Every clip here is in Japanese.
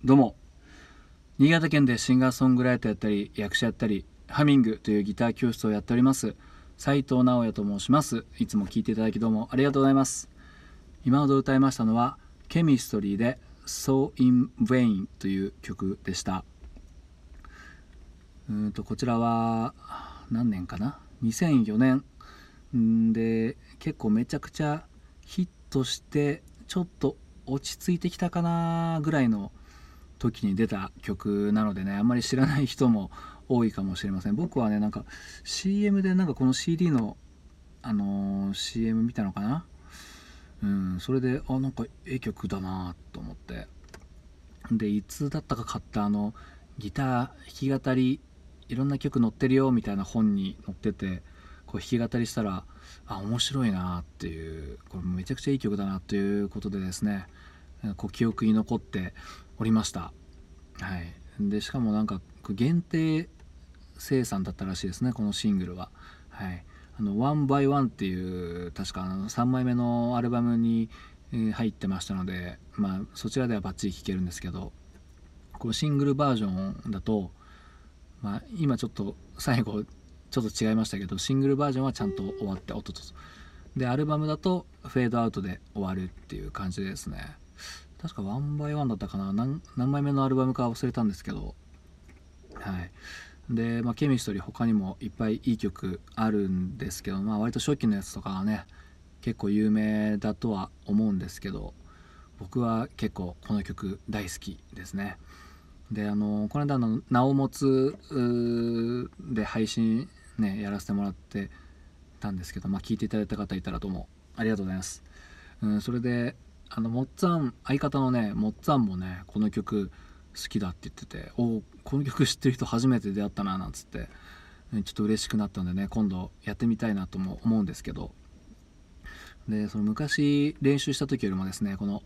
どうも、新潟県でシンガーソングライターやったり役者やったりハミングというギター教室をやっております斉藤直也と申します。いつも聴いていただきどうもありがとうございます。今ほど歌いましたのはケミストリーで So in Vain という曲でした。こちらは何年かな、2004年で結構めちゃくちゃヒットしてちょっと落ち着いてきたかなぐらいの時に出た曲なのでね、あんまり知らない人も多いかもしれません。僕はね、なんか CM でなんかこの CD のCM 見たのかな、それでなんか曲だなと思って、でいつだったか買ったギター弾き語りいろんな曲載ってるよみたいな本に載ってて、こう弾き語りしたら面白いなっていう、これめちゃくちゃいい曲だなということでですね、こう記憶に残っておりました。はい、でしかもなんか限定生産だったらしいですね、このシングルは。はい、One by One っていう確か3枚目のアルバムに入ってましたので、そちらではバッチリ聴けるんですけど、このシングルバージョンだと、今ちょっと最後ちょっと違いましたけど、シングルバージョンはちゃんと終わって音とで、アルバムだとフェードアウトで終わるっていう感じでですね、確かワンバイワンだったかな、何枚目のアルバムか忘れたんですけど、はいで、ケミストリー他にもいっぱいいい曲あるんですけど、割と初期のやつとかはね結構有名だとは思うんですけど、僕は結構この曲大好きですね。でこの間名を持つで配信ねやらせてもらってたんですけど、聞いていただいた方いたらどうもありがとうございます。それでモッツァン、相方のねモッツァンもねこの曲好きだって言ってて、この曲知ってる人初めて出会ったななんつって、ちょっと嬉しくなったんでね、今度やってみたいなとも思うんですけど、でその昔練習した時よりもですね、この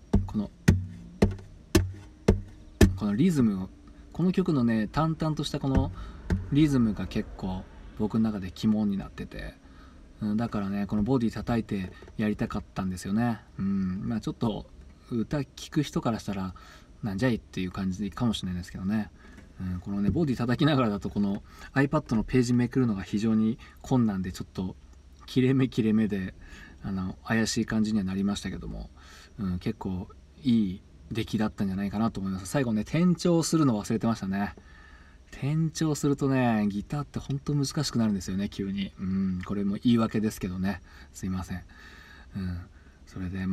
リズムを、この曲のね淡々としたこのリズムが結構僕の中で肝になってて、だからねこのボディ叩いてやりたかったんですよね。ちょっと歌聴く人からしたらなんじゃいっていう感じでいいかもしれないですけどね、このねボディ叩きながらだとこの iPad のページめくるのが非常に困難で、ちょっと切れ目で怪しい感じにはなりましたけども、結構いい出来だったんじゃないかなと思います。最後ね転調するの忘れてましたね。転調するとねギターってほんと難しくなるんですよね、急に。これも言い訳ですけどね、すいません。それで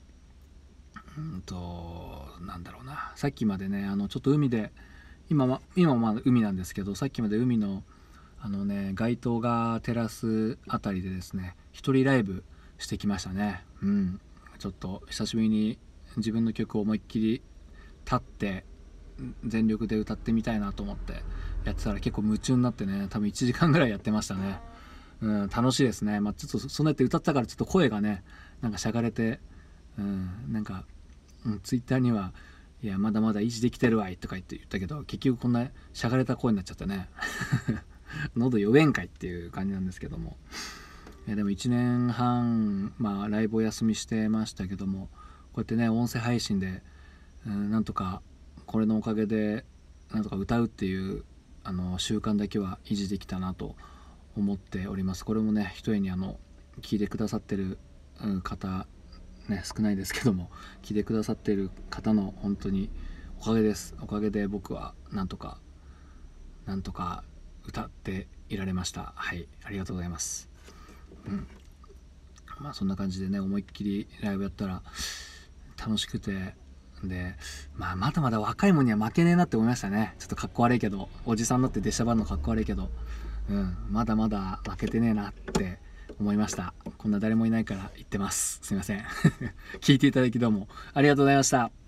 なんだろうな、さっきまでねちょっと海で今は海なんですけど、さっきまで海の街灯が照らすあたりでですね一人ライブしてきましたね。ちょっと久しぶりに自分の曲を思いっきり立って全力で歌ってみたいなと思ってやってたら結構夢中になってね、多分1時間ぐらいやってましたね。楽しいですね。ちょっとそうやって歌ったからちょっと声がねなんかしゃがれて、なんか、ツイッターにはいやまだまだ維持できてるわいとか言ったけど、結局こんなしゃがれた声になっちゃったね喉弱えんかいっていう感じなんですけども、でも1年半ライブお休みしてましたけども、こうやってね音声配信で、なんとかこれのおかげでなんとか歌うっていう習慣だけは維持できたなと思っております。これもねひとえに聞いてくださってる方ね少ないですけども、聞いてくださってる方の本当におかげです。おかげで僕はなんとか歌っていられました。はい、ありがとうございます。そんな感じでね思いっきりライブやったら楽しくて、でまだまだ若いもんには負けねえなって思いましたね。ちょっとかっこ悪いけど、おじさんになって出しゃばるのかっこ悪いけど、まだまだ負けてねえなって思いました。こんな誰もいないから言ってます。すいません聞いていただきどうもありがとうございました。